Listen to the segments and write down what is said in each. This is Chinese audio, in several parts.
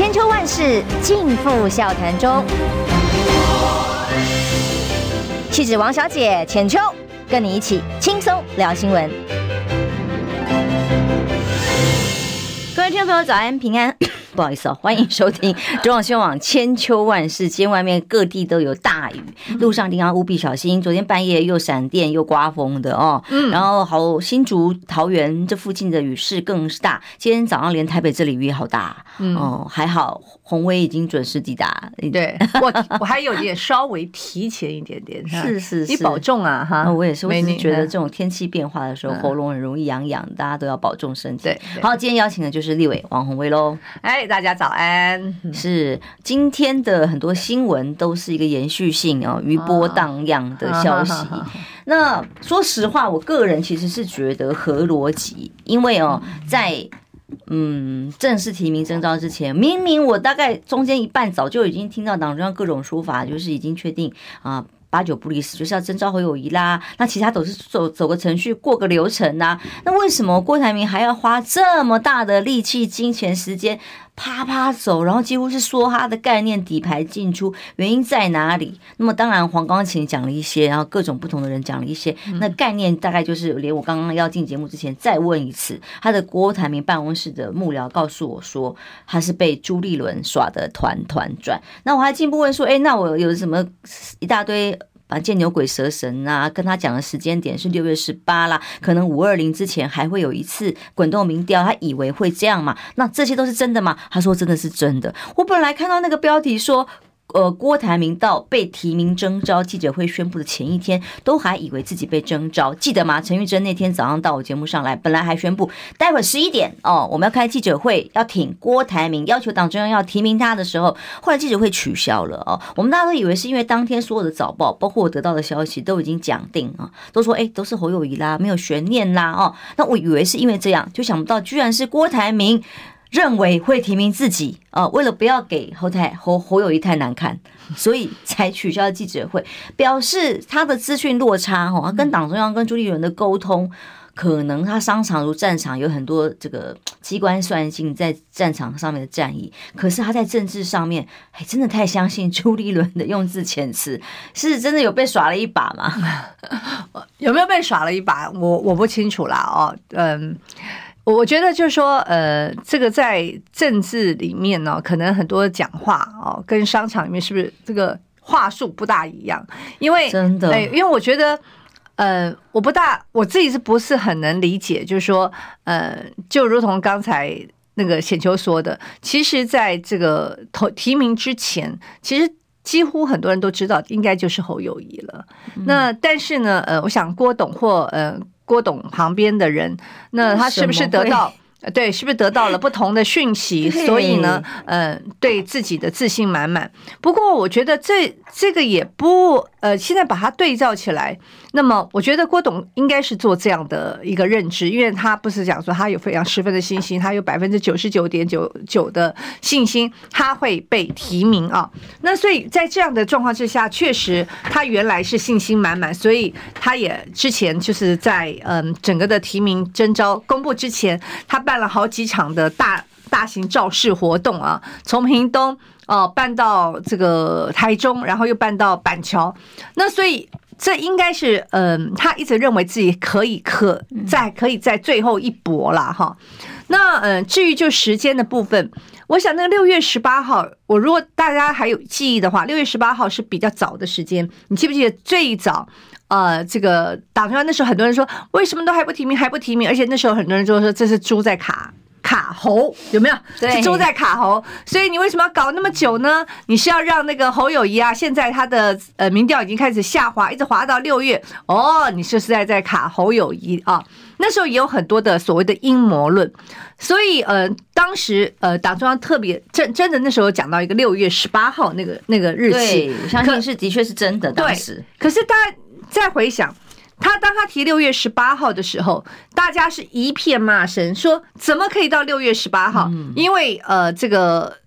千秋万世尽付笑谈中。气质王小姐浅秋，跟你一起轻松聊新闻。各位听众朋友，早安平安。不好意思欢迎收听中广新闻网千秋万世。今天外面各地都有大雨，路上一定要务必小心。昨天半夜又闪电又刮风的然后新竹、桃园这附近的雨势更是大。今天早上连台北这里雨也好大还好洪威已经准时抵达。 对，我还有点稍微提前一点点。 是， 你保重啊哈！ 我也是，我只是觉得这种天气变化的时候，喉咙很容易痒痒，大家都要保重身体。 对， 好，今天邀请的就是立委王宏威喽。 大家早安。 是今天的很多新闻都是一个延续性余波荡漾的消息。那说实话，我个人其实是觉得合逻辑，因为在正式提名征召之前，明明我大概中间一半早就已经听到党中央各种说法，就是已经确定八九不离十，就是要征召侯友宜啦。那其他都是走个程序，过个流程啊。那为什么郭台铭还要花这么大的力气、金钱、时间啪走，然后几乎是说他的概念底牌进出，原因在哪里？那么当然黄光芹讲了一些，然后各种不同的人讲了一些，那概念大概就是连我刚刚要进节目之前再问一次，他的郭台铭办公室的幕僚告诉我说，他是被朱立伦耍的团转。那我还进一步问说，那我有什么一大堆把见牛鬼蛇神啊，跟他讲的时间点是6月18啦，可能520之前还会有一次滚动民调，他以为会这样嘛？那这些都是真的吗？他说真的是真的。我本来看到那个标题说郭台铭到被提名征召记者会宣布的前一天，都还以为自己被征召，记得吗？陈玉珍那天早上到我节目上来，本来还宣布待会11点我们要开记者会，要挺郭台铭，要求党中央要提名他的时候，后来记者会取消了我们大家都以为是因为当天所有的早报，包括我得到的消息都已经讲定都说都是侯友宜啦，没有悬念啦那我以为是因为这样，就想不到居然是郭台铭认为会提名自己为了不要给侯友宜太难看，所以才取消记者会，表示他的资讯落差他跟党中央跟朱立伦的沟通，可能他商场如战场有很多这个机关算尽在战场上面的战役，可是他在政治上面真的太相信朱立伦的用字遣词，是真的有被耍了一把吗？ 有没有被耍了一把我不清楚啦我觉得就是说，这个在政治里面呢，可能很多讲话跟商场里面是不是这个话术不大一样？因为真的， 因为我觉得，我自己是不是很能理解？就是说，就如同刚才那个浅秋说的，其实在这个提名之前，其实几乎很多人都知道，应该就是侯友宜了。那但是呢，我想郭董或郭董旁边的人，那他是不是得到对，是不是得到了不同的讯息？所以呢，对自己的自信满满。不过我觉得这个也不现在把它对照起来，那么我觉得郭董应该是做这样的一个认知，因为他不是讲说他有非常10分的信心，他有99.99%的信心他会被提名那所以在这样的状况之下，确实他原来是信心满满，所以他也之前就是在整个的提名征召公布之前，他办了好几场的大型造势活动从屏东办到这个台中，然后又办到板桥，那所以这应该是他一直认为自己可以在最后一搏啦那至于就时间的部分，我想那个6月18号，我如果大家还有记忆的话，6月18号是比较早的时间，你记不记得最早这个党中央那时候很多人说为什么都还不提名，而且那时候很多人就说这是猪在卡侯，有没有？是猪在卡侯，所以你为什么要搞那么久呢？你是要让那个侯友宜现在他的民调已经开始下滑，一直滑到6月你是在卡侯友宜那时候也有很多的所谓的阴谋论，所以当时党中央特别真的那时候讲到一个6月18号那个日期， 对，我相信是的确是真的当时。 可是大家再回想。当他提6月18号的时候，大家是一片骂声，说怎么可以到6月18号？因为这个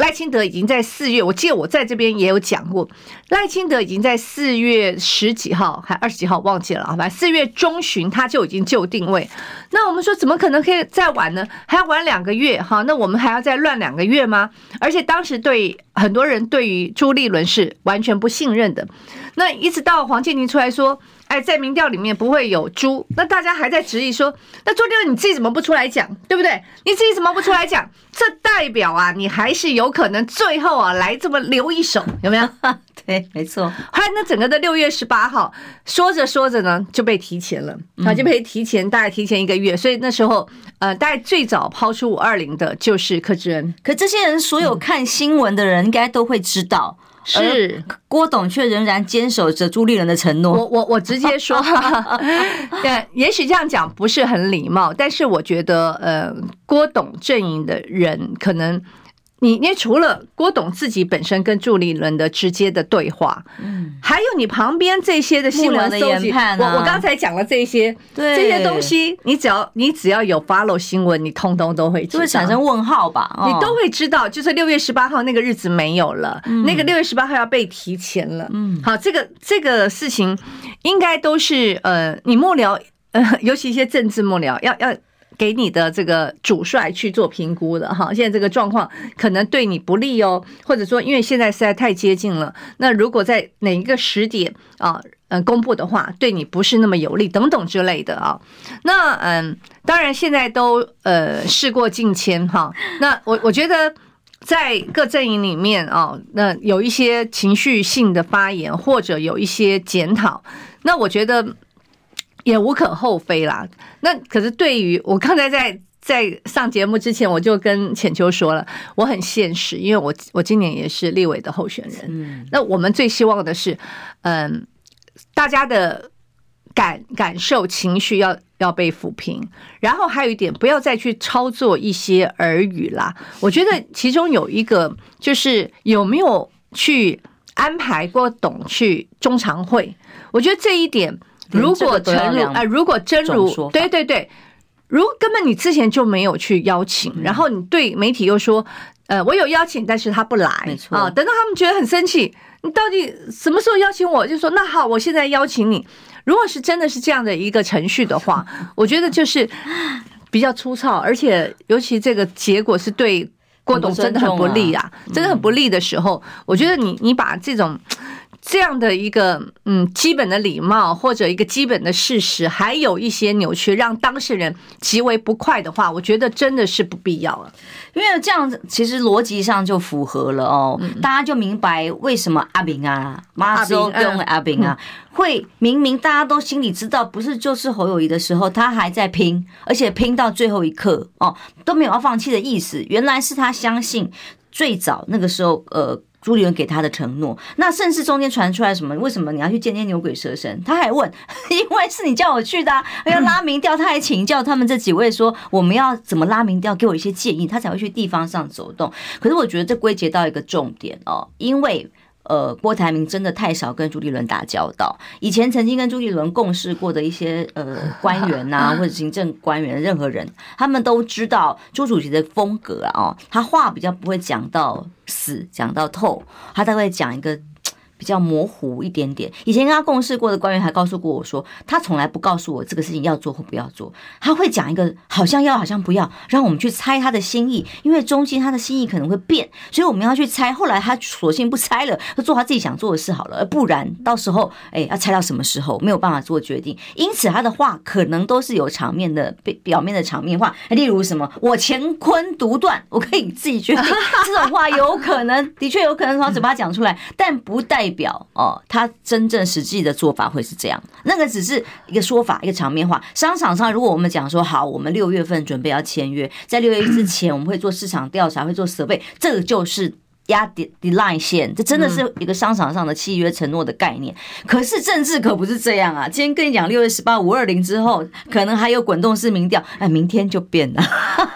赖清德已经在4月，我记得我在这边也有讲过，赖清德已经在4月10几号还20几号忘记了，好吧，4月中旬他就已经就定位。那我们说怎么可能可以再晚呢？还要晚2个月哈？那我们还要再乱2个月吗？而且当时对很多人对于朱立伦是完全不信任的。那一直到黄健庭出来说，哎，在民调里面不会有朱，那大家还在质疑说，那朱立伦你自己怎么不出来讲，对不对？你自己怎么不出来讲？这代表啊，你还是有可能最后啊来这么留一手，有没有？ 对，没错。 后来那整个的6月18号，说着说着呢就被提前了，就被提前大概提前1个月，所以那时候大概最早抛出520的就是柯志恩。 可这些人所有看新闻的人应该都会知道。 是郭董却仍然坚守着朱立伦的承诺。 我直接说，也许这样讲不是很礼貌，但是我觉得郭董阵营的人可能。你除了郭董自己本身跟朱立伦的直接的对话，还有你旁边这些的新闻搜集，我刚才讲了这些东西，你只要有 follow 新闻，你通通都会知道， 就会产生问号吧？ 你都会知道，就是6月18号那个日子没有了，那个6月18号要被提前了。好，这个事情应该都是你幕僚尤其一些政治幕僚要给你的这个主帅去做评估的哈，现在这个状况可能对你不利哦，或者说因为现在实在太接近了，那如果在哪一个时点啊公布的话，对你不是那么有利等等之类的啊。那当然现在都事过境迁哈。那我觉得在各阵营里面啊，那有一些情绪性的发言或者有一些检讨，那我觉得。也无可厚非啦。那可是对于我刚才在上节目之前，我就跟浅秋说了，我很现实，因为我今年也是立委的候选人。那我们最希望的是，大家的感受情绪要被抚平，然后还有一点，不要再去操作一些耳语啦。我觉得其中有一个就是有没有去安排郭董去中常会，我觉得这一点。如果真如对，如果根本你之前就没有去邀请，然后你对媒体又说，我有邀请，但是他不来， 没错啊，等到他们觉得很生气，你到底什么时候邀请我？就说那好，我现在邀请你。如果是真的是这样的一个程序的话，我觉得就是比较粗糙，而且尤其这个结果是对郭董真的很不利啊，真的很不利的时候，我觉得你把这样的一个基本的礼貌或者一个基本的事实，还有一些扭曲，让当事人极为不快的话，我觉得真的是不必要了。 因为这样子其实逻辑上就符合了哦，大家就明白为什么阿炳啊、马州跟阿炳啊，会明明大家都心里知道，不是就是侯友宜的时候，他还在拼，而且拼到最后一刻哦，都没有要放弃的意思。原来是他相信最早那个时候朱立伦给他的承诺，那甚至中间传出来什么？为什么你要去见牛鬼蛇神？他还问，因为是你叫我去的，要拉民调，他还请教他们这几位说我们要怎么拉民调，给我一些建议，他才会去地方上走动。可是我觉得这归结到一个重点哦，因为郭台铭真的太少跟朱立伦打交道，以前曾经跟朱立伦共事过的一些官员啊，或者行政官员，任何人，他们都知道朱主席的风格啊，他话比较不会讲到死，讲到透，他大概讲一个比较模糊一点点。以前跟他共事过的官员还告诉过我说，他从来不告诉我这个事情要做或不要做，他会讲一个好像要好像不要，让我们去猜他的心意，因为中间他的心意可能会变，所以我们要去猜。后来他索性不猜了，就做他自己想做的事好了，不然到时候要猜到什么时候没有办法做决定。因此他的话可能都是有场面的表面的场面话，例如什么我乾坤独断，我可以自己决定，这种话有可能的确有可能从他嘴巴讲出来，但不代表他真正实际的做法会是这样，那个只是一个说法，一个场面话。商场上，如果我们讲说好，我们6月份准备要签约，在6月1之前，我们会做市场调查，会做survey，这个就是压 deadline 线，这真的是一个商场上的契约承诺的概念。可是政治可不是这样啊！今天跟你讲6月18 520之后，可能还有滚动式民调，明天就变了。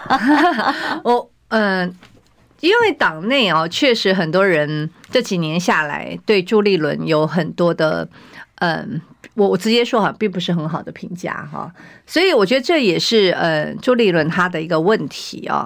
因为党内确实很多人这几年下来对朱立伦有很多的我直接说哈，并不是很好的评价哈，所以我觉得这也是朱立伦他的一个问题啊。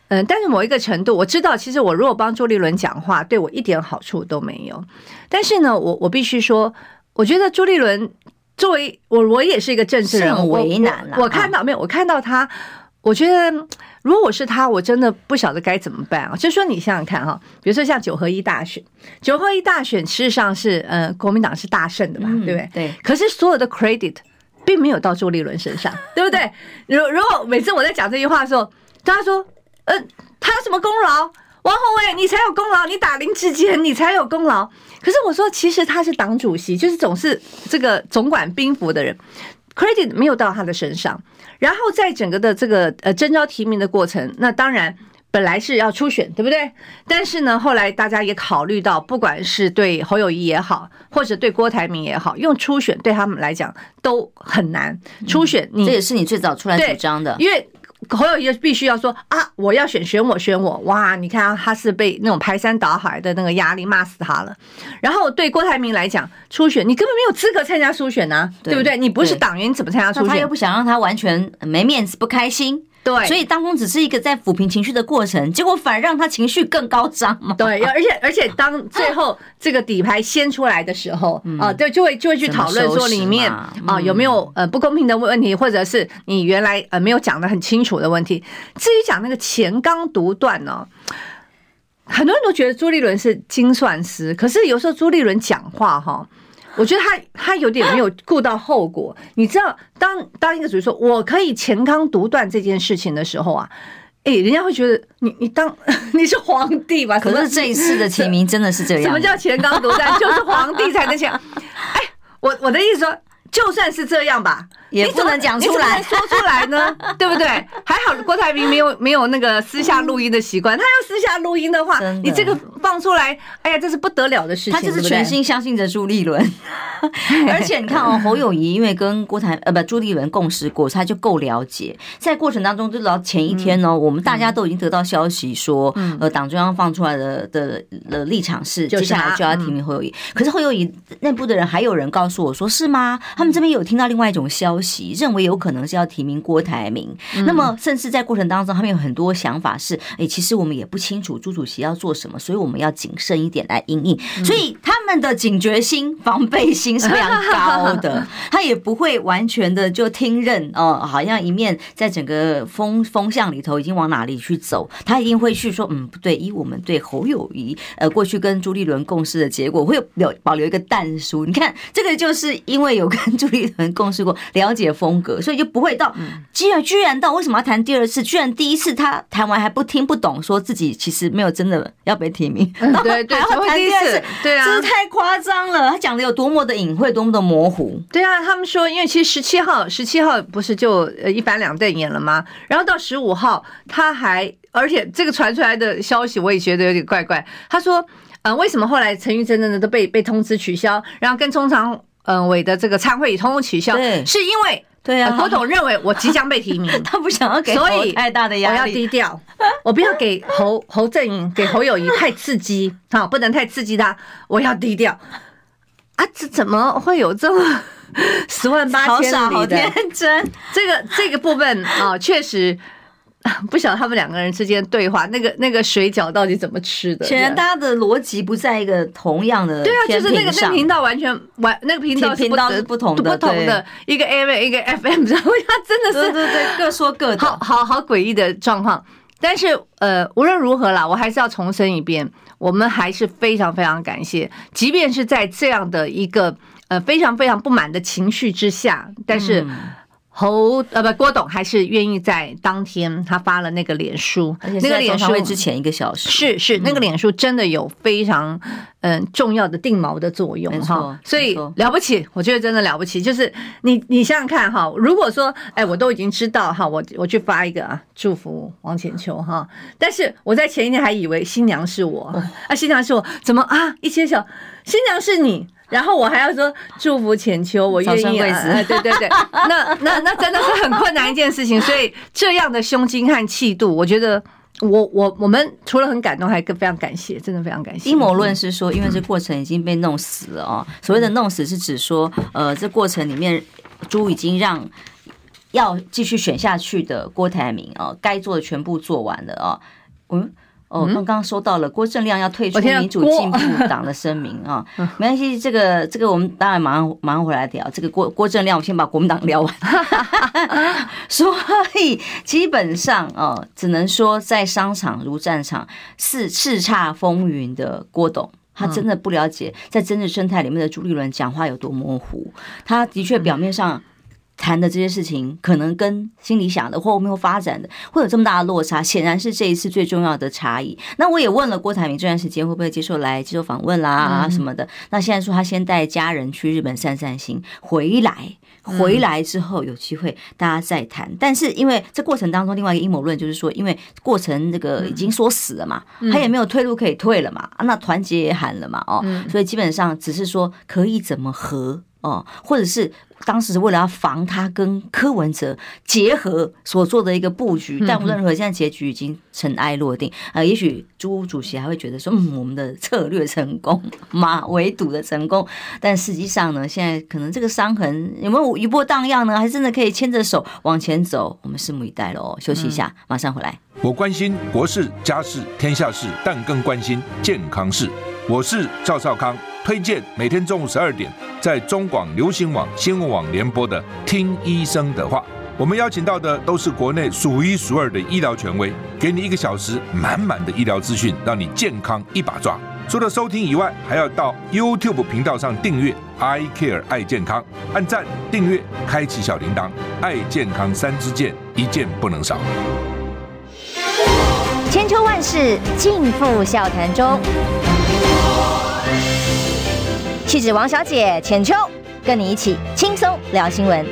但是某一个程度，我知道，其实我如果帮朱立伦讲话，对我一点好处都没有。但是呢，我必须说，我觉得朱立伦作为我也是一个政治人， 很为难啊。 我看到没有？我看到他，我觉得如果我是他，我真的不晓得该怎么办啊。就是说，你想想看哈，比如说像9合1大选，9合1大选事实上是国民党是大胜的嘛，对不对？ 对。 可是所有的 credit 并没有到朱立伦身上，对不对？如果每次我在讲这句话的时候，大家说。他有什么功劳？王宏伟，你才有功劳，你打林智坚，你才有功劳。可是我说，其实他是党主席，就是总是这个总管兵符的人 ，credit 没有到他的身上。然后在整个的这个征召提名的过程，那当然本来是要初选，对不对？但是呢，后来大家也考虑到，不管是对侯友宜也好，或者对郭台铭也好，用初选对他们来讲都很难。初选这也是你最早出来主张的， 因为。侯友宜必须要说啊，我要选我，哇！你看他是被那种排山倒海的那个压力骂死他了。然后对郭台铭来讲，初选你根本没有资格参加初选啊，对不对？你不是党员，你怎么参加初选？ 他又不想让他完全没面子、不开心。 对， 所以当中只是一个在抚平情绪的过程，结果反而让他情绪更高涨嘛。 对，而且当最后这个底牌掀出来的时候啊，对，就会去讨论说里面啊有没有不公平的问题，或者是你原来没有讲得很清楚的问题。至于讲那个钱纲独断呢，很多人都觉得朱立伦是精算师，可是有时候朱立伦讲话哈。我觉得他有点没有顾到后果，你知道，当一个主席说我可以钱纲独断这件事情的时候啊，人家会觉得你是皇帝吧？ 可是这一次的提名真的是这样。 什么叫钱纲独断？就是皇帝才能讲。我的意思说，就算是这样吧， 也不能讲出来， 说出来呢，对不对？还好郭台铭没有那个私下录音的习惯，他要私下录音的话，你这个放出来，哎呀，这是不得了的事情。 他就是全心相信着朱立伦，而且你看哦，侯友宜因为跟朱立伦共事过，他就够了解。在过程当中，就到前一天呢，我们大家都已经得到消息说，党中央放出来的立场是接下来就要提名侯友宜。可是侯友宜内部的人还有人告诉我说，是吗？他们这边有听到另外一种消息，认为有可能是要提名郭台铭。那么甚至在过程当中，他们有很多想法是，其实我们也不清楚朱主席要做什么，所以我们要谨慎一点来因应。所以他们的警觉心、防备心是非常高的，他也不会完全的就听任好像一面在整个风向里头已经往哪里去走，他一定会去说，不对，以我们对侯友宜过去跟朱立伦共事的结果，会保留一个但书。你看，这个就是因为有跟朱立伦共事过，了解风格，所以就不会到居然到为什么要谈第二次？居然第一次他谈完还不听不懂，说自己其实没有真的要被提名， 对对， 还要谈第二次， 对啊， 这是太夸张了。他讲的有多么的隐晦，多么的模糊。 对啊，他们说，因为其实17号不是就一翻两瞪眼了吗？然后到15号，他还而且这个传出来的消息，我也觉得有点怪怪。他说，为什么后来陈玉珍的都被通知取消，然后跟中常委的这个参会也通通取消，是因为。 对啊， 郭董认为我即将被提名， 他不想要给侯太大的压力， 我要低调，我不要给侯阵营、给侯友宜太刺激，好，不能太刺激他，我要低调啊！这怎么会有这么108000里的？ 好天真， 这个部分啊，确实。不晓得他们两个人之间对话，那个水饺到底怎么吃的？ 显然大家的逻辑不在一个同样的对啊，就是那个频道那个频道是不同的， 一个 AM 一个 FM， 然后他真的是对各说各的， 好诡异的状况。但是无论如何啦，我还是要重申一遍，我们还是非常非常感谢，即便是在这样的一个非常非常不满的情绪之下，但是。郭董还是愿意在当天他发了那个脸书， 而且是在中常会之前1个小时， 是那个脸书真的有非常重要的定锚的作用哈，所以了不起，我觉得真的了不起。就是你想想看哈，如果说我都已经知道哈，我去发一个祝福王浅秋哈，但是我在前一天还以为新娘是我新娘是我，怎么一揭晓新娘是你？然后我还要说祝福浅秋，我愿意对，那真的是很困难一件事情，所以这样的胸襟和气度，我觉得我们除了很感动，还非常感谢，真的非常感谢。 阴谋论是说，因为这过程已经被弄死了所谓的弄死是指说，这过程里面朱已经让要继续选下去的郭台铭该做的全部做完了刚刚收到了郭正亮要退出民主进步党的声明没关系，这个我们当然马上回来聊。这个郭正亮，我先把国民党聊完。所以基本上只能说在商场如战场，叱咤风云的郭董。他真的不了解在政治生态里面的朱立伦讲话有多模糊，他的确表面上谈的这些事情可能跟心里想的或后面发展的会有这么大的落差，显然是这一次最重要的差异。那我也问了郭台铭这段时间会不会接受访问啦什么的，那现在说他先带家人去日本散散心，回来之后有机会大家再谈。但是因为这过程当中另外一个阴谋论就是说，因为过程这个已经说死了嘛，他也没有退路可以退了嘛，那团结也喊了嘛所以基本上只是说可以怎么和或者是当时为了要防他跟柯文哲结合所做的一个布局，但无论如何，现在结局已经尘埃落定。也许朱主席还会觉得说，我们的策略成功，围堵的成功，但实际上呢，现在可能这个伤痕有没有余波荡漾呢？还真的可以牵着手往前走？我们拭目以待喽。休息一下，马上回来。 我关心国事、家事、天下事，但更关心健康事。我是赵少康，推荐每天中午12点在中广流行网、新闻网联播的《听医生的话》。我们邀请到的都是国内数一数二的医疗权威，给你1个小时满满的医疗资讯，让你健康一把抓。除了收听以外，还要到 YouTube 频道上订阅 I Care 爱健康，按赞、订阅、开启小铃铛，爱健康3支箭，一件不能少。 千秋万世尽付笑谈中。气质王小姐浅秋，跟你一起轻松聊新闻。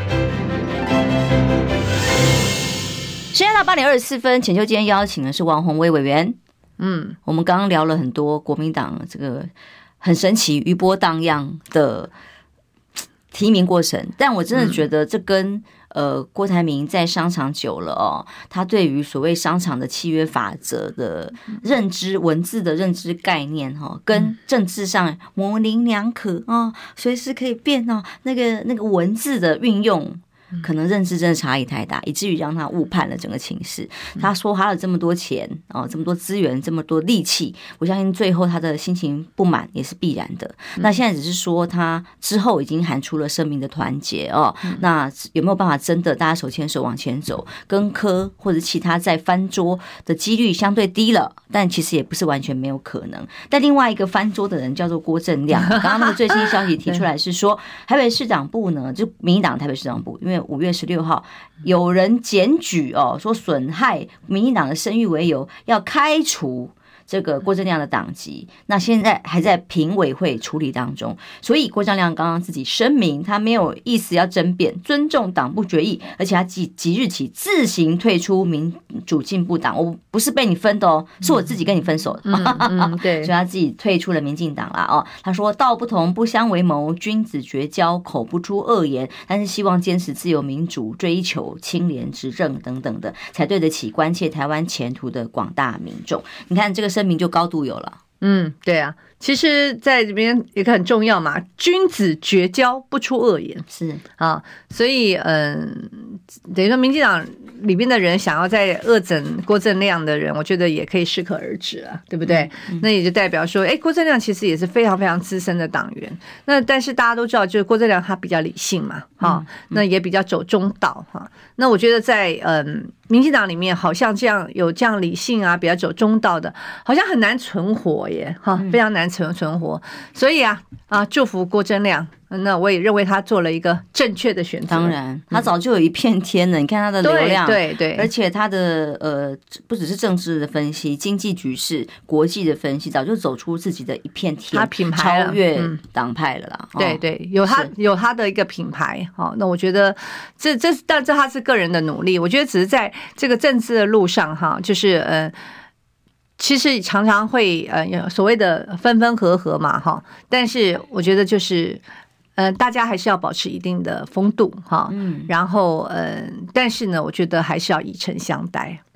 时间到8点24分，浅秋今天邀请的是王宏威委员。我们刚刚聊了很多国民党这个很神奇余波荡漾的提名过程，但我真的觉得这跟郭台铭在商场久了他对于所谓商场的契约法则的认知、文字的认知概念跟政治上模棱两可随时可以变那个文字的运用。可能认知真的差异太大，以至于让他误判了整个情势。他说花了这么多钱这么多资源，这么多力气，我相信最后他的心情不满也是必然的。那现在只是说他之后已经喊出了生命的团结那有没有办法真的大家手牵手往前走？跟柯或者其他再翻桌的几率相对低了，但其实也不是完全没有可能。但另外一个翻桌的人叫做郭正亮，刚刚那个最新消息提出来是说，台北市长部呢，就民进党台北市长部，因为5月16号有人检举说损害民进党的声誉为由，要开除这个郭正亮的党籍，那现在还在评委会处理当中，所以郭正亮刚刚自己声明，他没有意思要争辩，尊重党部决议，而且他即日起自行退出民主进步党，我不是被你分的是我自己跟你分手的， 对， 所以他自己退出了民进党啦他说道不同不相为谋，君子绝交，口不出恶言，但是希望坚持自由民主，追求清廉执政等等的，才对得起关切台湾前途的广大民众。你看这个声明就高度有了。 对啊，其实在这边也很重要嘛，君子绝交，不出恶言， 是所以等于说民进党里边的人想要在恶整郭正亮的人，我觉得也可以适可而止了，对不对？那也就代表说，郭正亮其实也是非常非常资深的党员。那但是大家都知道，就是郭正亮他比较理性嘛，那也比较走中道那我觉得在民进党里面，好像有这样理性比较走中道的，好像很难存活耶，非常难存活。所以祝福郭正亮。那我也认为他做了一个正确的选择。 当然，他早就有一片天了。你看他的流量， 对， 而且他的不只是政治的分析、经济局势、国际的分析，早就走出自己的一片天， 他品牌超越党派了啦。 对，有他的一个品牌。那我觉得但这他是个人的努力。我觉得只是在这个政治的路上就是其实常常会有所谓的分分合合嘛但是我觉得就是大家还是要保持一定的风度然后但是呢，我觉得还是要以诚相待。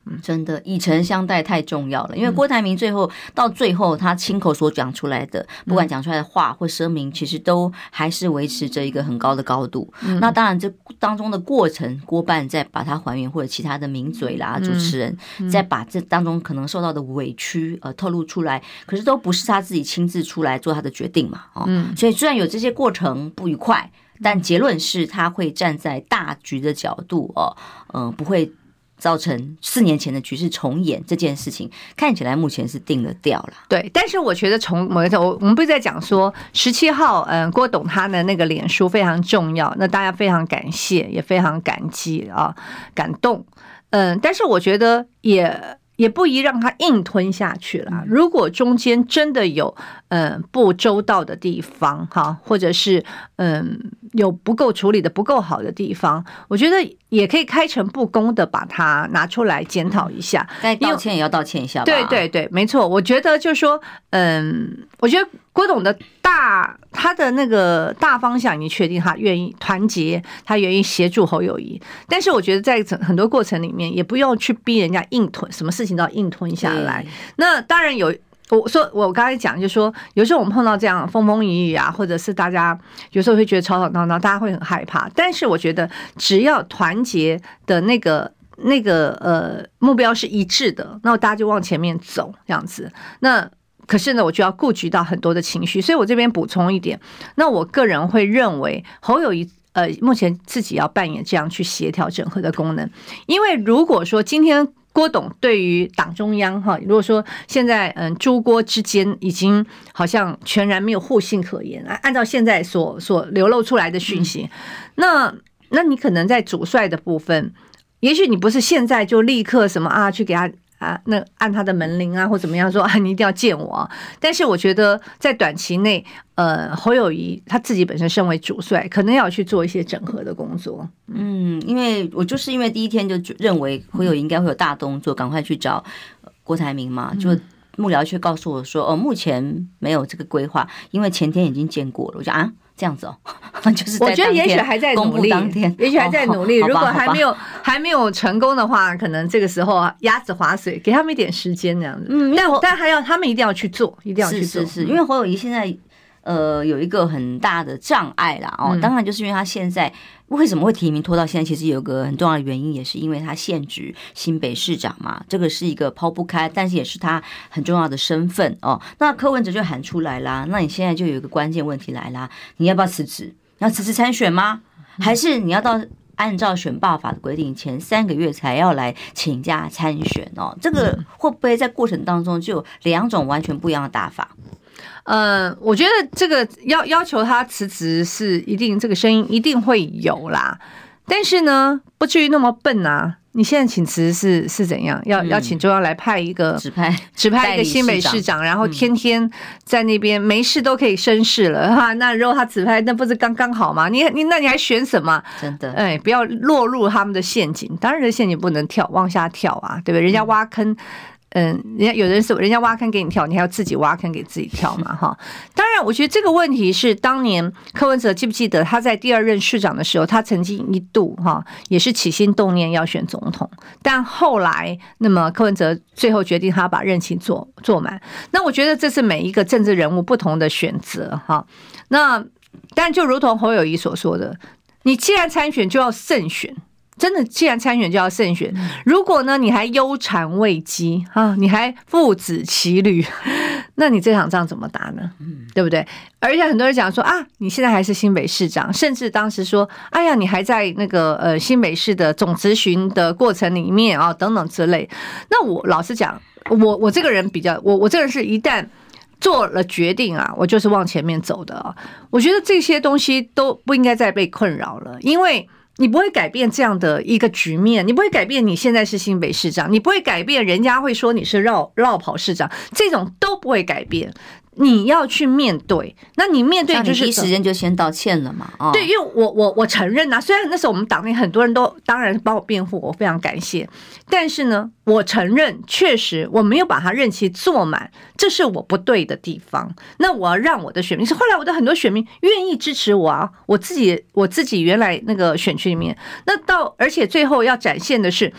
真的以诚相待太重要了，因为郭台铭到最后他亲口所讲出来的，不管讲出来的话或声明，其实都还是维持着一个很高的高度。那当然这当中的过程多半在把它还原，或者其他的名嘴啦、主持人再把这当中可能受到的委屈透露出来，可是都不是他自己亲自出来做他的决定嘛。所以虽然有这些过程不愉快，但结论是他会站在大局的角度不会造成4年前的局势重演，这件事情看起来目前是定了调了。 对，但是我觉得我们不是在讲说17号郭董他的那个脸书非常重要，那大家非常感谢，也非常感激感动。但是我觉得也不宜让他硬吞下去了。如果中间真的有不周到的地方或者是有不够处理的不够好的地方，我觉得也可以开诚布公的把它拿出来检讨一下， 该道歉也要道歉一下吧。 对对对，没错。我觉得就是说我觉得郭董的他的那个大方向已经确定，他愿意团结，他愿意协助侯友宜，但是我觉得在很多过程里面也不用去逼人家硬吞，什么事情都要硬吞下来。那当然我刚才讲就是说，有时候我们碰到这样风风雨雨啊，或者是大家有时候会觉得吵吵闹闹，大家会很害怕。但是我觉得只要团结的那个目标是一致的，那大家就往前面走这样子。那可是呢，我就要顾及到很多的情绪，所以我这边补充一点。那我个人会认为侯友宜目前自己要扮演这样去协调整合的功能，因为如果说今天郭董对于党中央如果说现在朱郭之间已经好像全然没有互信可言，按照现在所流露出来的讯息，那你可能在主帅的部分，也许你不是现在就立刻什么去给他那按他的门铃或怎么样说你一定要见我。但是我觉得在短期内侯友宜他自己本身身为主帅，可能要去做一些整合的工作。 因为我就是因为第一天就认为侯友宜应该会有大动作，赶快去找郭台铭嘛，就幕僚却告诉我说目前没有这个规划，因为前天已经见过了。我就这样子就是我觉得也许还在努力，也许还在努力。如果还没有成功的话，可能这个时候鸭子划水，给他们一点时间这样子。但还要他们一定要去做，一定要去做。 是，因为侯友宜现在有一个很大的障碍啦当然就是因为他现在为什么会提名拖到现在，其实有个很重要的原因，也是因为他现职新北市长嘛，这个是一个抛不开，但是也是他很重要的身份那柯文哲就喊出来啦，那你现在就有一个关键问题来啦，你要不要辞职？你要辞职参选吗？还是你要按照选罢法的规定，前3个月才要来请假参选这个会不会在过程当中就有2种完全不一样的打法？ 我觉得这个要求他辞职是一定，这个声音一定会有啦。但是呢，不至于那么笨啊！你现在请辞是怎样？要请中央来派一个指派一个新北市长，然后天天在那边没事都可以生事了那如果他指派，那不是刚刚好吗？那你还选什么？ 真的， 不要落入他们的陷阱。当然，这陷阱不能往下跳对不对？人家挖坑。人家挖坑给你跳，你还要自己挖坑给自己跳嘛当然，我觉得这个问题是当年柯文哲记不记得他在第2任市长的时候，他曾经一度也是起心动念要选总统，但后来那么柯文哲最后决定他把任期做满。那我觉得这是每一个政治人物不同的选择那但就如同侯友宜所说的，你既然参选就要胜选。真的，既然参选就要胜选。如果呢，你还忧谗畏讥你还父子骑驴，那你这场仗怎么打呢？对不对？而且很多人讲说你现在还是新北市长，甚至当时说，哎呀，你还在那个新北市的总咨询的过程里面等等之类。那我老实讲，我这个人比较，我这个人是一旦做了决定我就是往前面走的我觉得这些东西都不应该再被困扰了，因为你不会改变这样的一个局面，你不会改变你现在是新北市长，你不会改变人家会说你是绕跑市长，这种都不会改变。你要去面对，那你面对就是第一时间就先道歉了嘛？ 对，因为我承认虽然那时候我们党内很多人都当然帮我辩护，我非常感谢，但是呢，我承认确实我没有把他任期做满，这是我不对的地方。那我要让我的选民，是后来我的很多选民愿意支持我我自己原来那个选区里面，那而且最后要展现的是。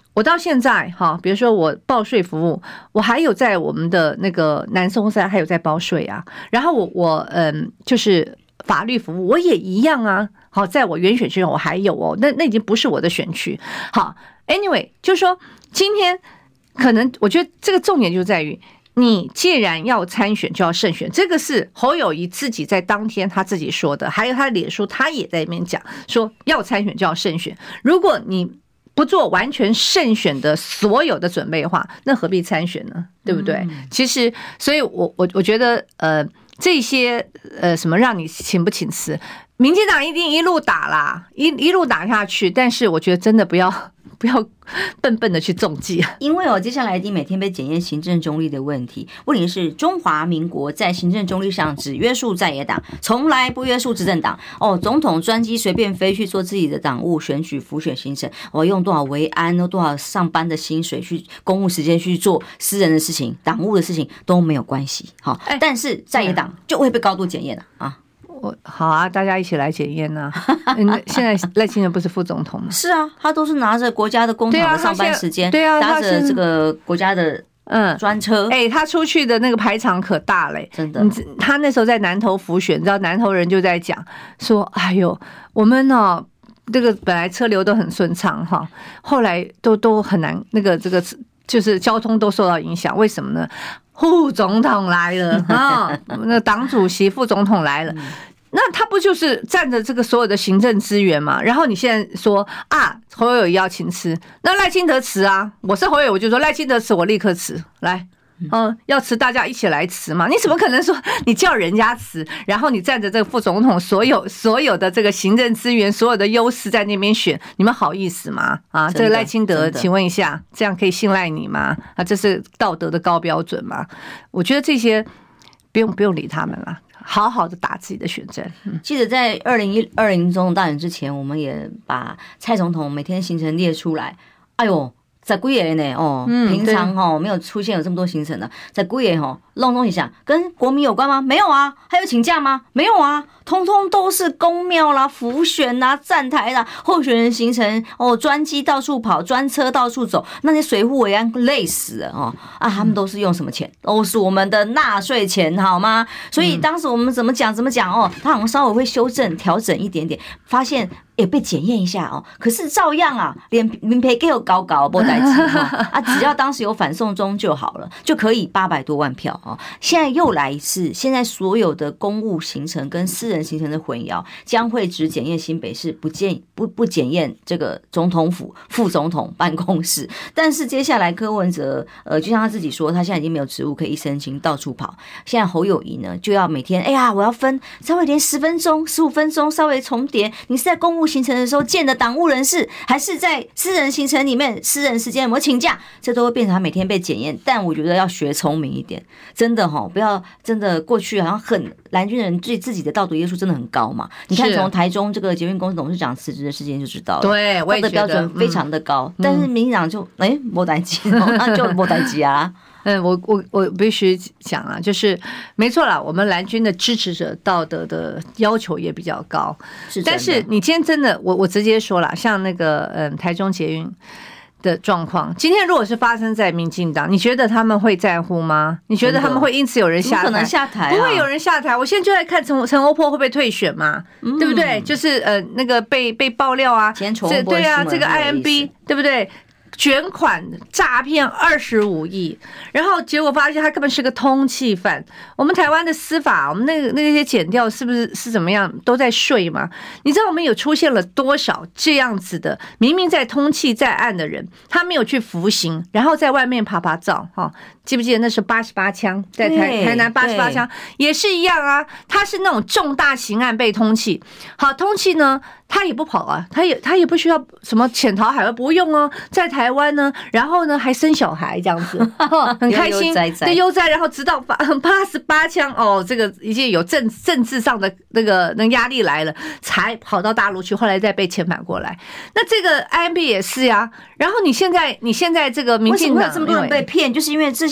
我到现在哈，比如说我报税服务，我还有在我们的那个南松山还有在包税啊。然后我就是法律服务，我也一样啊。好，在我原选区我还有哦，那已经不是我的选区。好 ，anyway， 就是说今天可能我觉得这个重点就在于，你既然要参选，就要胜选。这个是侯友宜自己在当天他自己说的，还有他脸书他也在那边讲说，要参选就要胜选。如果你不做完全胜选的所有的准备的话，那何必参选呢？对不对？其实，所以我觉得这些什么让你请不请辞，民进党一定一路打啦，一路打下去。但是我觉得真的不要笨笨的去中计， 因为接下来一定每天被检验行政中立的问题。问题是中华民国在行政中立上只约束在野党，从来不约束执政党。总统专机随便飞去做自己的党务选举辅选行程，用多少维安，多少上班的薪水去公务时间去做私人的事情，党务的事情都没有关系。好，但是在野党就会被高度检验了啊。 好啊，大家一起来检验呐！现在赖清德不是副总统吗？ 是啊，他都是拿着国家的公帑的上班时间， 对啊， 搭着这个国家的专车。 他出去的那个排场可大嘞， 真的。 他那时候在南投辅选，你知道南投人就在讲说：“哎呦，我们呢，这个本来车流都很顺畅哈，后来都很难，这个就是交通都受到影响，为什么呢？副总统来了啊，那党主席、副总统来了。”那他不就是占着这个所有的行政资源嘛？然后你现在说啊，侯友宜要请辞，那赖清德辞啊？我是侯友宜，我就说赖清德辞，我立刻辞来。要辞大家一起来辞嘛？你怎么可能说你叫人家辞，然后你占着这个副总统所有的这个行政资源、所有的优势在那边选，你们好意思吗？啊，这个赖清德，请问一下，这样可以信赖你吗？啊，这是道德的高标准吗？我觉得这些不用理他们了。好好的打自己的选战。 记得在2020总统大选之前，我们也把蔡总统每天行程列出来。哎呦，在几个呢？平常没有出现有这么多行程的，在几个弄东西想跟国民有关吗？没有啊。还有请假吗？没有啊。通通都是公庙啦、辅选啦、站台啦、候选人行程专机到处跑，专车到处走，那些水户维安累死了他们都是用什么钱？都是我们的纳税钱，好吗？所以当时我们怎么讲他好像稍微会修正调整一点点，发现也被检验一下可是照样啊，连民培给有搞没代志只要当时有反送中就好了，就可以800多万票现在又来一次，现在所有的公务行程跟私人行程的混淆，将会只检验新北市，不检验这个总统府副总统办公室。但是接下来柯文哲就像他自己说，他现在已经没有职务可以一身轻到处跑。现在侯友宜呢，就要每天我要分稍微连10分钟、15分钟稍微重叠。你是在公务行程的时候见的党务人士，还是在私人行程里面私人时间有没有请假？这都会变成他每天被检验。但我觉得要学聪明一点，真的不要真的过去好像很蓝军人对自己的道德约束真的很高嘛。你看从台中这个捷运公司董事长辞职的事件就知道了， 对，我也觉得道德标准非常的高。但是民进党就没代志那就没代志啊。 我必须讲啊，就是没错啦，我们蓝军的支持者道德的要求也比较高，但是你今天真的，我直接说啦，像那个台中捷运的状况，今天如果是发生在民进党，你觉得他们会在乎吗？你觉得他们会因此有人下台？ 不可能下台不会有人下台。我现在就在看陈欧珀会不会退选嘛，对不对？就是那个被爆料啊，对啊，这个 IMB 对不对？卷款诈骗25亿，然后结果发现他根本是个通缉犯。我们台湾的司法，我们那些检调是不是怎么样都在睡吗？你知道我们有出现了多少这样子的明明在通缉在案的人，他没有去服刑，然后在外面爬照记不记得那是88枪，在台南88枪也是一样啊，他是那种重大刑案被通缉。好，通缉呢，他也不跑啊，他也不需要什么潜逃海外，不用哦，在台湾呢，然后呢还生小孩这样子，很开心，对悠哉，然后直到88枪这个已经有政治上的那个压力来了，才跑到大陆去，后来再被遣返过来。那这个 IMB 也是呀，然后你现在这个民进党为什么会有这么多人被骗？就是因为这些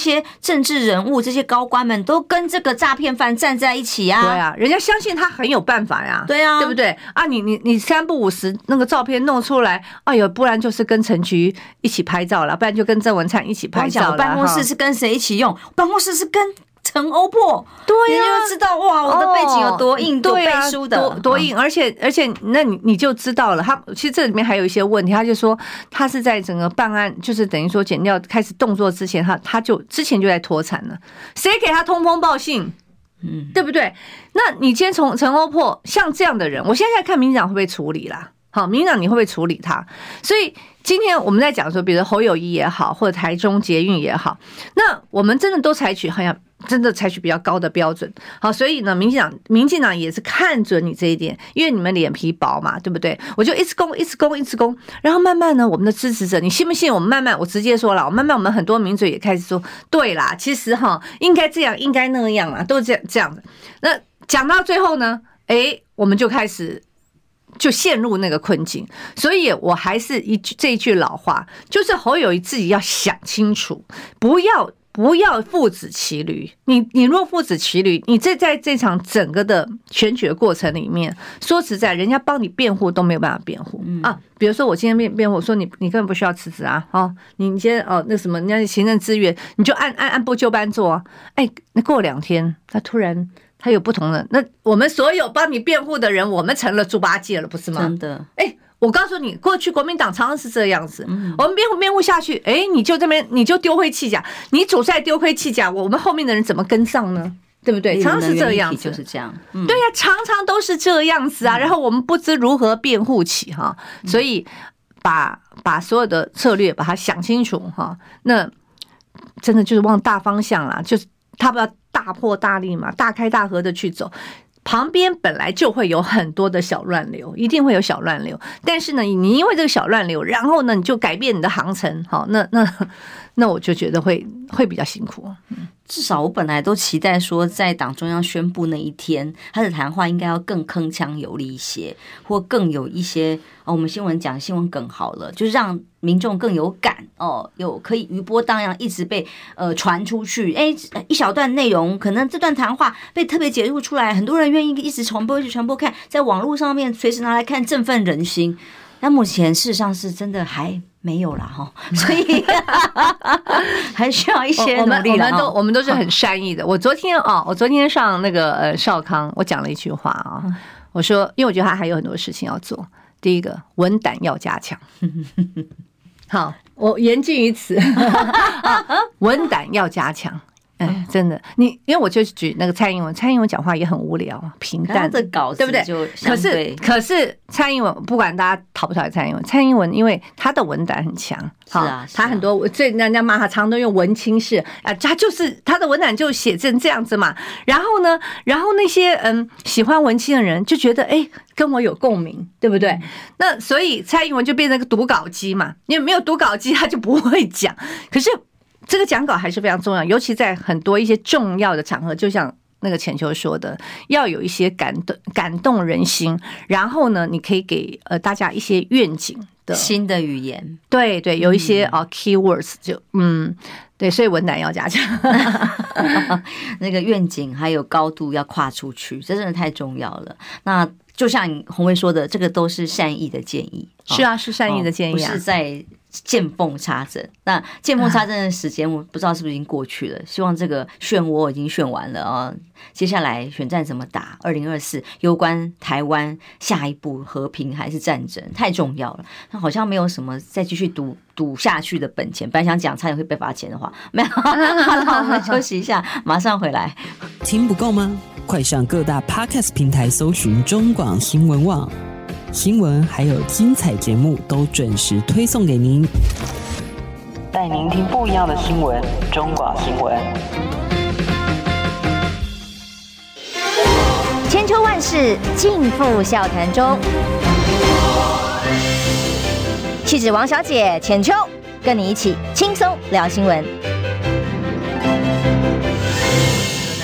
些政治人物、这些高官们都跟这个诈骗犯站在一起啊。 对啊，人家相信他很有办法呀。 对啊， 对不对啊？你3不5时那个照片弄出来，哎呦，不然就是跟陈菊一起拍照了，不然就跟郑文灿一起拍照了。 办公室是跟谁一起用？办公室是跟陈欧珀， 对呀， 你就知道哇，我的背景有多硬，多背书的， 多硬，而且，那你就知道了。他其实这里面还有一些问题，他就说他是在整个办案，就是等于说检调开始动作之前，他就之前就在脱产了，谁给他通风报信？对不对？那你今天从陈欧珀像这样的人，我现在看民进党会不会处理啦？好，民进党你会不会处理他？所以今天我们在讲说，比如侯友宜也好，或者台中捷运也好，那我们真的都采取好像真的采取比较高的标准。好，所以呢，民进党也是看准你这一点，因为你们脸皮薄嘛，对不对？我就一直攻，然后慢慢呢，我们的支持者，你信不信？我们慢慢，我直接说了，我们很多名嘴也开始说，对啦，其实应该这样，应该那样啦，都是这样的。那讲到最后呢，我们就开始。就陷入那个困境，所以我还是这一句老话，就是侯友宜自己要想清楚，不要父子骑驴。你若父子骑驴，你在这场整个的选举的过程里面，说实在，人家帮你辩护都没有办法辩护啊。比如说我今天辩护说你根本不需要辞职啊，你今天那什么，人家行政资源你就按部就班做啊。那过2天，他突然。他有不同的，那我们所有帮你辩护的人，我们成了猪八戒了，不是吗？ 真的， 我告诉你，过去国民党常常是这样子，我们辩护下去，你就这边你就丢盔弃甲，你主帅丢盔弃甲，我们后面的人怎么跟上呢？对不对？常常是这样子， 就是这样。 对呀，常常都是这样子啊。然后我们不知如何辩护起哈，所以把所有的策略把它想清楚哈，那真的就是往大方向啦，就是他不要。大破大立嘛，大开大合的去走，旁边本来就会有很多的小乱流，一定会有小乱流。但是呢，你因为这个小乱流，然后呢，你就改变你的航程，好，那我就觉得会比较辛苦。 至少我本来都期待说，在党中央宣布那一天，他的谈话应该要更铿锵有力一些，或更有一些我们新闻讲新闻梗好了，就是让民众更有感有可以余波荡漾，一直被传出去。一小段内容，可能这段谈话被特别解读出来，很多人愿意一直传播看，在网络上面随时拿来看，振奋人心。但目前事实上是真的还没有啦所以还需要一些努力啦。 我们都是很善意的。我昨天上那个少康，我讲了一句话啊，我说，因为我觉得他还有很多事情要做。第一个，文胆要加强。好，我言尽于此。文胆要加强。真的，因为我就举那个蔡英文讲话也很无聊，平淡， 的稿子对不对？可是蔡英文不管大家讨不讨厌蔡英文，因为他的文胆很强， 是啊， 他很多，所以人家骂他常都用文青式他就是他的文胆就写成这样子嘛。然后那些喜欢文青的人就觉得跟我有共鸣，对不对？那所以蔡英文就变成一个读稿机嘛，因为没有读稿机他就不会讲，可是。这个讲稿还是非常重要，尤其在很多一些重要的场合，就像那个浅秋说的，要有一些感动人心，然后呢，你可以给大家一些愿景的新的语言， 对，有一些keywords 就对，所以文胆要加强， 那个愿景还有高度要跨出去，这真的太重要了。那就像洪薇说的，这个都是善意的建议， 是啊，是善意的建议啊， 不是在见缝插针。那见缝插针的时间我不知道是不是已经过去了，希望这个漩涡已经漩完了接下来选战怎么打，2024攸关台湾下一步和平还是战争太重要了，那好像没有什么再继续赌下去的本钱。本来想讲差点会被罚钱的话，没有。好，我们休息一下，马上回来。 听不够吗？快上各大 Podcast 平台搜寻中广新闻网，新闻还有精彩节目都准时推送给您，带您听不一样的新闻。中广新闻， 千秋万世尽付笑谈中。气质王小姐浅秋，跟你一起轻松聊新闻。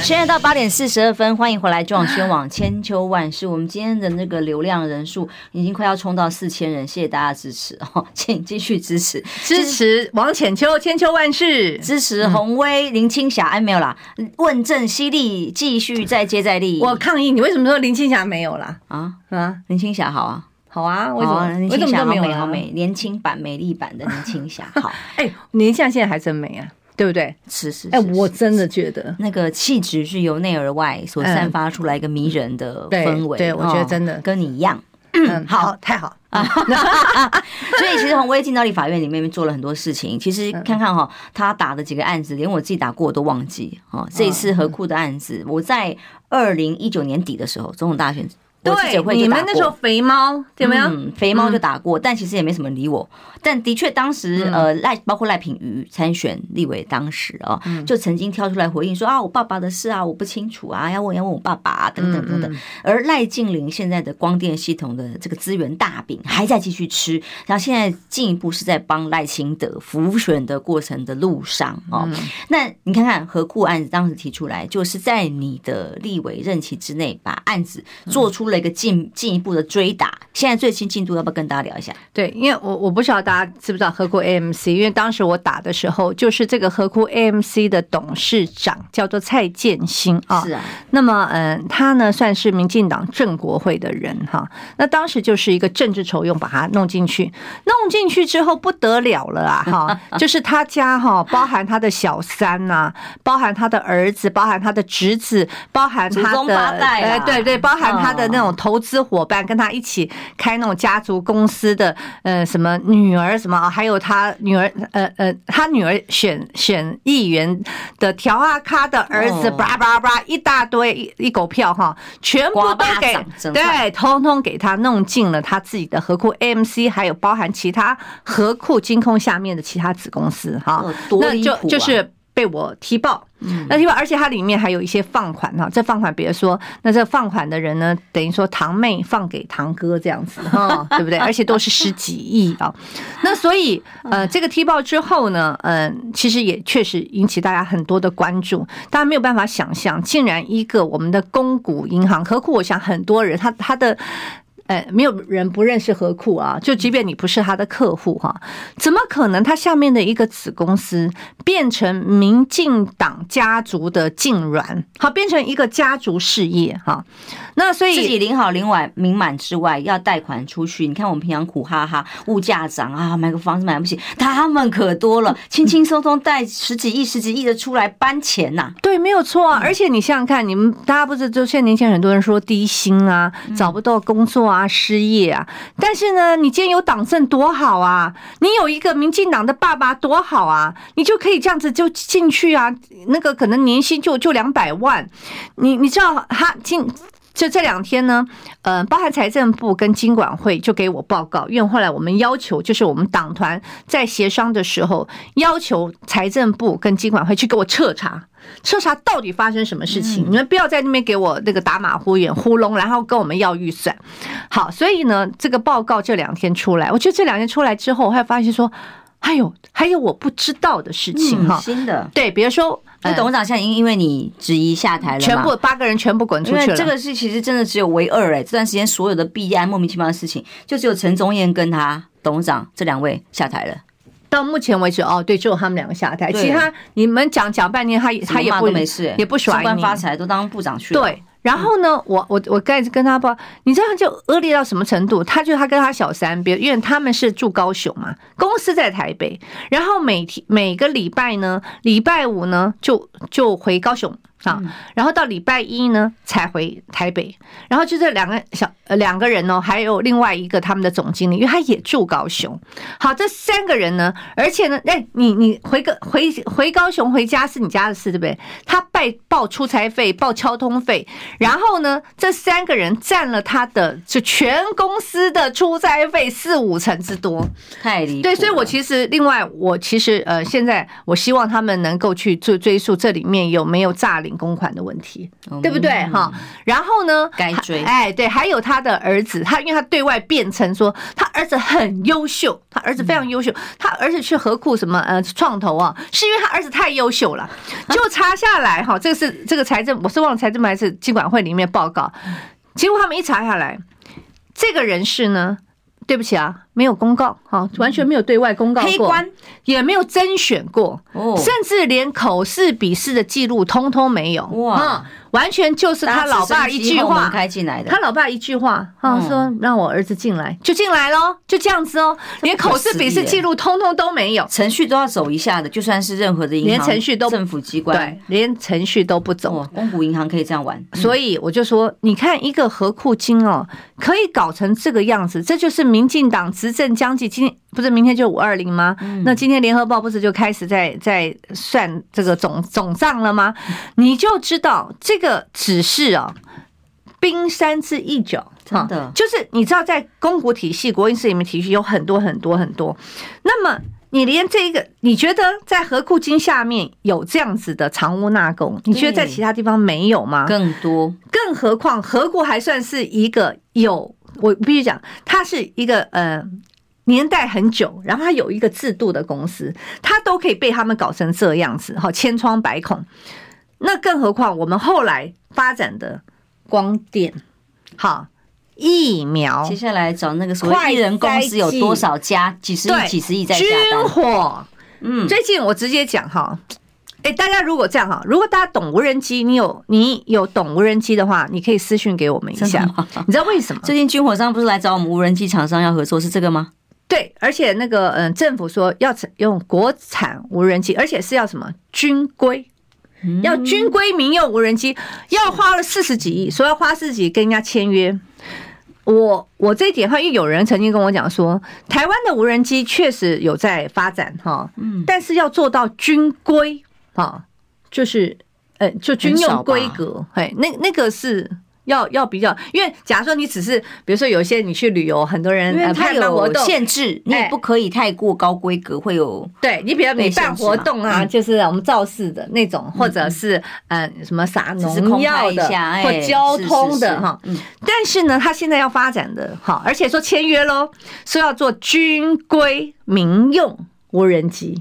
现在到8点42分，欢迎回来中广新闻网千秋万事。我们今天的那个流量人数已经快要冲到4000人，谢谢大家支持哦，请继续支持王浅秋，千秋万事， 支持洪威、林青霞。哎，没有啦，问政犀利，继续再接再厉。 我抗议，你为什么说林青霞没有啦？ 林青霞好啊。 好啊，为什么？ 林青霞好美好美，年轻版、美丽版的林青霞好。 林青霞现在还真美啊，对不对？ 是。 我真的觉得那个气质是由内而外所散发出来一个迷人的氛围。 对，我觉得真的跟你一样。 好，太好。 所以其实洪威进到立法院里面做了很多事情。其实看看他打的几个案子，连我自己打过我都忘记。这一次河库的案子，我在2019年底的时候，总统大选。 对，你们那时候肥猫对没有？ 肥猫就打过，但其实也没什么理我。但的确，当时包括赖品妤参选立委，当时就曾经跳出来回应说我爸爸的事我不清楚要问我爸爸等等等等。而赖净玲现在的光电系统的这个资源大饼还在继续吃，然后现在进一步是在帮赖清德辅选的过程的路上那你看看河库案子当时提出来，就是在你的立委任期之内把案子做出了一个进一步的追打。现在最新进度要不要跟大家聊一下？ 对，因为我不晓得大家知不知道河库 AMC， 因为当时我打的时候，就是这个河库 AMC 的董事长叫做蔡建兴是啊。 那么他呢算是民进党正国会的人那当时就是一个政治酬庸把他弄进去之后不得了了就是他家包含他的小三包含他的儿子，包含他的侄子，包含他的祖宗八代对，包含他的那种投资伙伴，跟他一起开那种家族公司的什么女儿什么，还有他女儿他女儿选议员的调咖的儿子叭叭叭一大堆一狗票全部都给对，通通给他弄进了他自己的河库 AMC， 还有包含其他河库金控下面的其他子公司那就是被我踢爆。那踢爆，而且它里面还有一些放款这放款别说，那这放款的人呢，等于说堂妹放给堂哥这样子对不对？而且都是10几亿那所以这个踢爆之后呢，其实也确实引起大家很多的关注。大家没有办法想象，竟然一个我们的公股银行河库，我想很多人他的。没有人不认识河库就即便你不是他的客户怎么可能他下面的一个子公司变成民进党家族的净软变成一个家族事业那所以自己领好领满之外，要贷款出去。你看我们平常苦哈哈，物价涨买个房子买不起，他们可多了，轻轻松松贷10几亿的出来搬钱对，没有错而且你想想看，你们大家不是就现在年轻人很多人说低薪找不到工作失业但是呢，你今天有党政多好你有一个民进党的爸爸多好你就可以这样子就进去那个可能年薪就200万，你知道他就这2天呢，包含财政部跟金管会就给我报告，因为后来我们要求，就是我们党团在协商的时候，要求财政部跟金管会去给我彻查到底发生什么事情，你们不要在那边给我那个打马虎眼糊弄，然后跟我们要预算。好，所以呢，这个报告这2天出来，我觉得这2天出来之后，我还发现说，还有我不知道的事情新的对，比如说。 董事长现在因为你质疑下台了嘛， 全部8个人全部滚出去了。 因为这个是其实真的只有唯二这段时间所有的弊案莫名其妙的事情，就只有陈宗彦跟他董事长这2位下台了。 到目前为止对，只有他们2个下台，其他你们讲半天，他也不没事， 也不甩你， 升官发财都当部长去了。 对。然后呢，我刚才跟他报，你知道就恶劣到什么程度？他跟他小三，因为他们是住高雄嘛，公司在台北，然后每个礼拜呢，礼拜5呢就回高雄然后到礼拜1呢才回台北，然后就这2个人还有另外一个他们的总经理，因为他也住高雄。好，这3个人呢，而且呢，你回高雄回家是你家的事，对不对？他报出差费，报交通费，然后呢，这3个人占了他的就全公司的出差费4-5成之多， 太离谱了。 对，所以我其实现在我希望他们能够去追溯这里面有没有诈领领公款的问题，对不对哈？然后呢， 该追， 对，还有他的儿子，因为他对外辩称说他儿子很优秀，他儿子非常优秀，他儿子去合库什么创投啊，是因为他儿子太优秀了，就查下来哈，这个财政，我是忘了财政部还是金管会里面报告，结果他们一查下来，这个人士呢，对不起啊，没有公告，完全没有对外公告过， 黑官也没有甄选过，甚至连口试笔试的记录通通没有，哇！完全就是他老爸一句话开进来的， 他老爸一句话说让我儿子进来就进来咯，就这样子哦，连口试笔试记录通通都没有， 程序都要走一下的，就算是任何的银行， 连程序都政府机关， 对，连程序都不走， 公股银行可以这样玩， 所以我就说，你看一个合库金哦，可以搞成这个样子，这就是民进党执政将近今天不是明天就520吗？那今天联合报不是就开始在算这个总账了吗？你就知道这个只是冰山之一角， 真的就是你知道在公股体系、国营事里面体系有很多很多很多，那么你连这个，你觉得在合库金下面有这样子的藏污纳垢，你觉得在其他地方没有吗？ 更多， 更何况合库还算是一个我必须讲，它是一个年代很久，然后它有一个制度的公司，它都可以被他们搞成这样子，千疮百孔。那更何况我们后来发展的光电，疫苗， 接下来找那个所谓艺人公司有多少家，几十亿在下单， 军火，最近我直接讲大家如果这样如果大家懂无人机，你有懂无人机的话，你可以私讯给我们一下。你知道为什么？ 最近军火商不是来找我们无人机厂商要合作，是这个吗？ 对，而且那个政府说要用国产无人机，而且是要什么军规，要军规民用无人机，要花了40几亿，说要花40几亿跟人家签约。我这一点因为有人曾经跟我讲说，台湾的无人机确实有在发展但是要做到军规就是就军用规格，那个是要比较，因为假如说你只是比如说有些你去旅游，很多人因为它有限制，你也不可以太过高规格，会有对你比如你办活动就是我们造势的那种，或者是什么撒农药的或交通的但是呢，他现在要发展的而且说签约咯，说要做军规民用无人机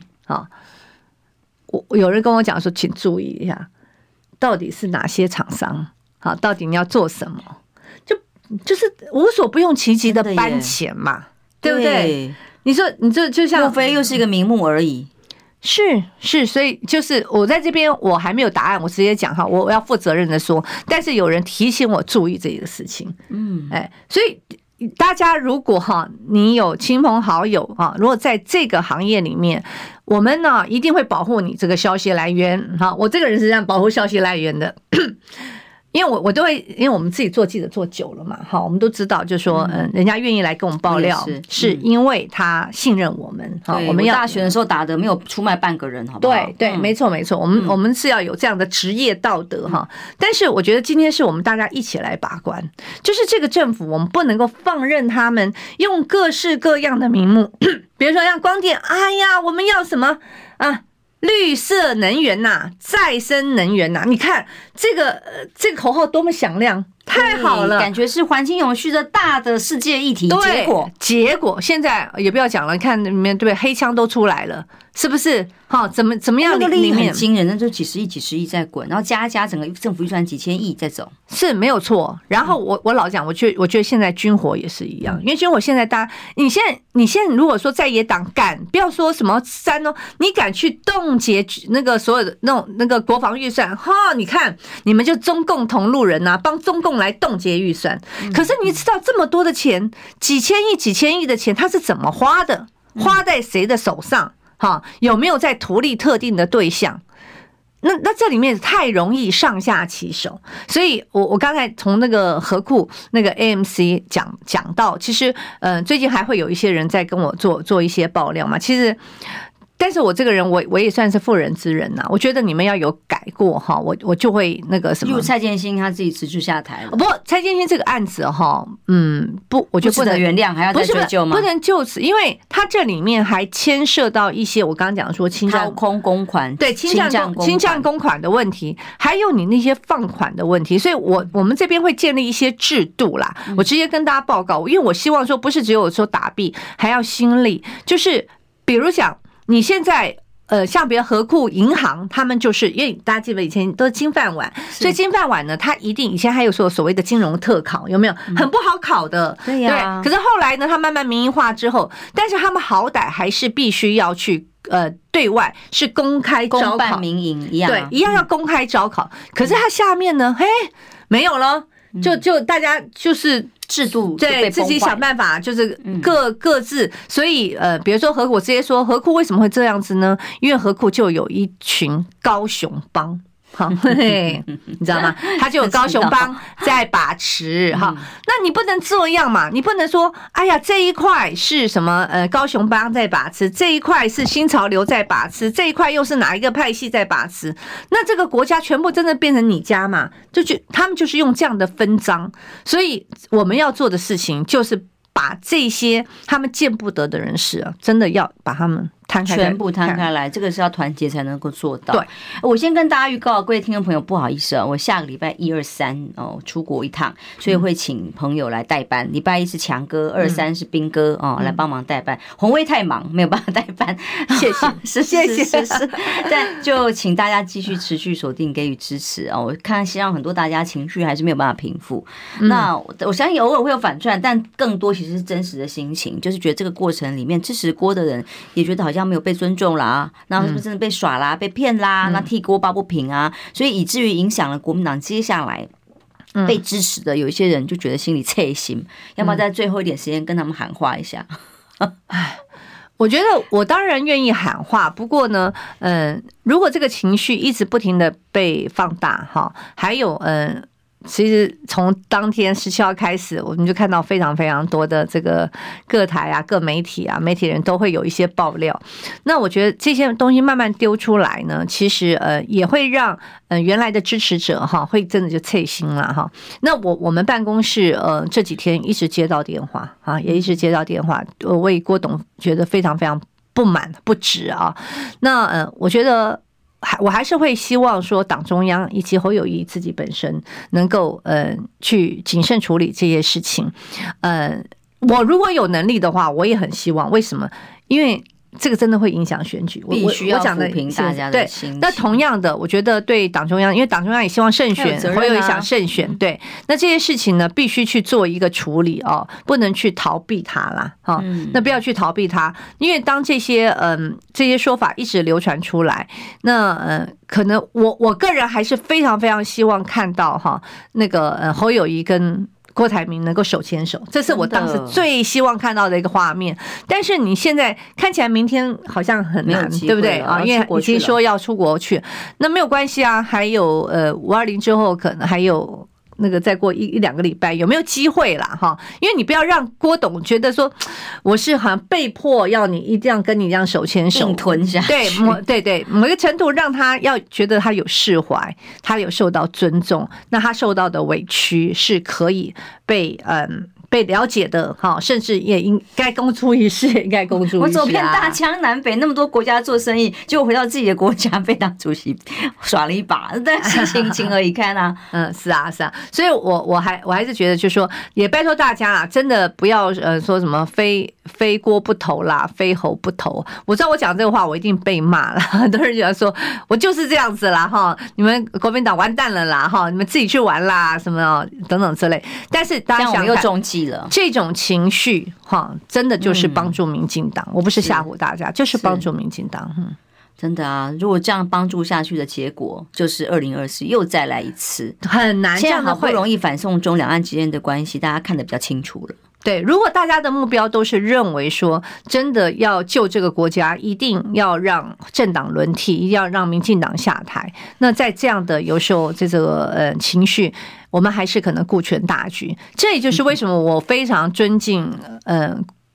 有人跟我讲说，请注意一下，到底是哪些厂商？到底你要做什么？就是无所不用其极的搬钱嘛，对不对？你说你这就像莫非又是一个名目而已？ 是，所以就是我在这边我还没有答案，我直接讲我要负责任的说，但是有人提醒我注意这个事情，所以大家如果你有亲朋好友如果在这个行业里面，我们呢一定会保护你这个消息来源我这个人是这样保护消息来源的。因为我都会，因为我们自己做记者做久了嘛，我们都知道，就是说，人家愿意来跟我们爆料，是因为他信任我们。我们大学的时候打的没有出卖半个人，好不好？ 对，没错，我们是要有这样的职业道德但是我觉得今天是我们大家一起来把关，就是这个政府，我们不能够放任他们用各式各样的名目，比如说像光电，我们要什么绿色能源再生能源你看这个口号多么响亮，太好了， 感觉是环境永续的大的世界议题。 结果现在也不要讲了，看里面对不对？黑枪都出来了，是不是？怎么样？ 那个利益很惊人，那就几十亿在滚，然后加整个政府预算几千亿在走， 是没有错。然后我老讲，我觉得现在军火也是一样，因为军火现在你现在如果说在野党敢，不要说什么3你敢去冻结那个所有的那个国防预算，你看你们就中共同路人帮中共来冻结预算。可是你知道这么多的钱，几千亿的钱，它是怎么花的？花在谁的手上？有没有在图利特定的对象？那这里面太容易上下其手，所以我刚才从那个合库那个 AMC 讲到，其实最近还会有一些人在跟我做一些爆料嘛，其实。 但是我这个人我也算是妇人之仁呐，我觉得你们要有改过哈，我就会那个什么。 例如蔡建新他自己辞职下台了， 不过蔡建新这个案子哈，不，我觉得不能原谅，还要再追究吗？ 不能就此，因为他这里面还牵涉到一些我刚刚讲说侵占掏空公款， 对侵占公款的问题，还有你那些放款的问题，所以我们这边会建立一些制度啦。我直接跟大家报告，因为我希望说不是只有说打弊，还要心力，就是比如讲你现在。像比如和库银行，他们就是因为大家记得以前都是金饭碗，所以金饭碗呢，它一定以前还有所谓的金融特考，有没有？很不好考的， 对呀。 可是后来呢，它慢慢民营化之后，但是他们好歹还是必须要去对外是公开招考， 公办民营一样， 对，一样要公开招考。可是它下面呢，嘿，没有了，就大家就是制度对自己想办法，就是各自。所以比如说和库，我直接说和库为什么会这样子呢？因为和库就有一群高雄帮。好，你知道吗？他就有高雄帮在把持哈，那你不能这样嘛？你不能说，哎呀，这一块是什么？高雄帮在把持，这一块是新潮流在把持，这一块又是哪一个派系在把持？那这个国家全部真的变成你家嘛？他们就是用这样的分赃，所以我们要做的事情就是把这些他们见不得的人士啊，真的要把他们全部摊开来，这个是要团结才能够做到。对，我先跟大家预告，各位听众朋友，不好意思啊，我下个礼拜1、2、3出国一趟，所以会请朋友来代班。礼拜1是强哥，2、3是兵哥来帮忙代班。洪威太忙，没有办法代班， 谢谢， 谢谢。但就请大家继续持续锁定，给予支持啊！我看希望很多大家情绪还是没有办法平复。那我相信偶尔会有反转，但更多其实是真实的心情，就是觉得这个过程里面支持郭的人也觉得好像没有被尊重啦，那是不是真的被耍啦、被骗啦？那替郭抱不平啊，所以以至于影响了国民党接下来被支持的有一些人就觉得心里刺心，要不要在最后一点时间跟他们喊话一下？ 我觉得我当然愿意喊话，不过呢，如果这个情绪一直不停的被放大，哈，还有其实从当天17号开始，我们就看到非常非常多的这个各台啊、各媒体啊、媒体人都会有一些爆料。那我觉得这些东西慢慢丢出来呢，其实也会让原来的支持者哈会真的就刺心了哈。那我们办公室这几天一直接到电话啊，也一直接到电话，为郭董觉得非常非常不满不值啊。那我觉得。我还是会希望说，党中央以及侯友宜自己本身能够去谨慎处理这些事情。我如果有能力的话，我也很希望。为什么？因为这个真的会影响选举， 必须要抚平大家的心情。 那同样的，我觉得对党中央，因为党中央也希望胜选，侯友宜想胜选，对。那这些事情呢，必须去做一个处理哦，不能去逃避它啦，哈。那不要去逃避它，因为当这些说法一直流传出来，那可能我个人还是非常非常希望看到哈，那个侯友宜跟郭台铭能够手牵手，这是我当时最希望看到的一个画面。但是你现在看起来明天好像很难，对不对啊？因为已经说要出国去，那没有关系啊。还有520之后可能还有。那个再过1、2个礼拜有没有机会啦哈？因为你不要让郭董觉得说我是好像被迫要你一定要跟你这样手牵手吞下去， 对，某个程度让他要觉得他有释怀，他有受到尊重，那他受到的委屈是可以被了解的哈，甚至也应该公诸于世，应该公诸于世。 我走遍大江南北，那么多国家做生意，结果回到自己的国家被当主席耍了一把，但是情何以堪啊？ 是啊，所以我还是觉得，就是说，也拜托大家啊，真的不要说什么非锅不投啦，非侯不投。我知道我讲这个话，我一定被骂了，很多人觉得说我就是这样子啦哈，你们国民党完蛋了啦哈，你们自己去玩啦什么等等之类。但是大家想看， 又中计。 这种情绪哈，真的就是帮助民进党，我不是吓唬大家，就是帮助民进党。 真的啊，如果这样帮助下去的结果，就是2024又再来一次， 很难。 现在好不容易反送中两岸之间的关系，大家看得比较清楚了。 对，如果大家的目标都是认为说，真的要救这个国家，一定要让政党轮替，一定要让民进党下台，那在这样的有时候这个情绪，我们还是可能顾全大局。这也就是为什么我非常尊敬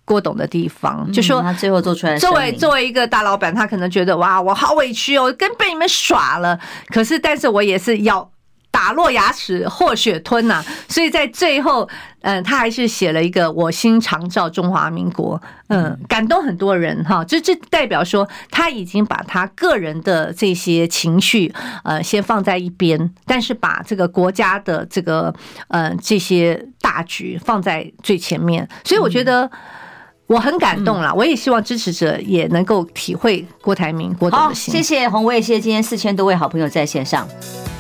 郭董的地方，就说他最后做出来的作为一个大老板，他可能觉得哇，我好委屈哦，跟被你们耍了。可是，但是我也是要打落牙齿，或血吞呐、所以在最后，他还是写了一个"我心常照中华民国"，感动很多人哈。这代表说他已经把他个人的这些情绪，先放在一边，但是把这个国家的这个这些大局放在最前面。所以我觉得我很感动啦，我也希望支持者也能够体会郭台铭、郭董的心。 谢谢宏伟，谢谢今天4000多位好朋友在线上。